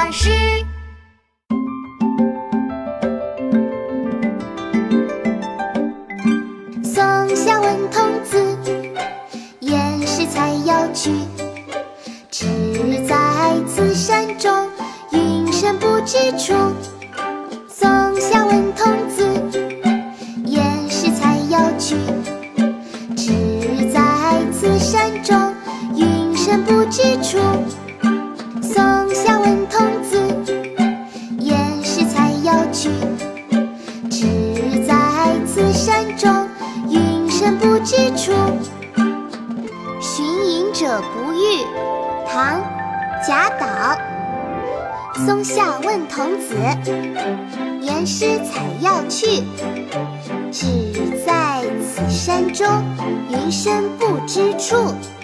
老师。 松下问童子，言师采药去。只在此山中，云深不知处。松下问童子，言师采药去。只在此山中，云深不知处。松下问童子，言师采药去。只在此山中，云深不知处。寻隐者不遇，唐·贾岛。松下问童子，言师采药去。只在此山中，云深不知处。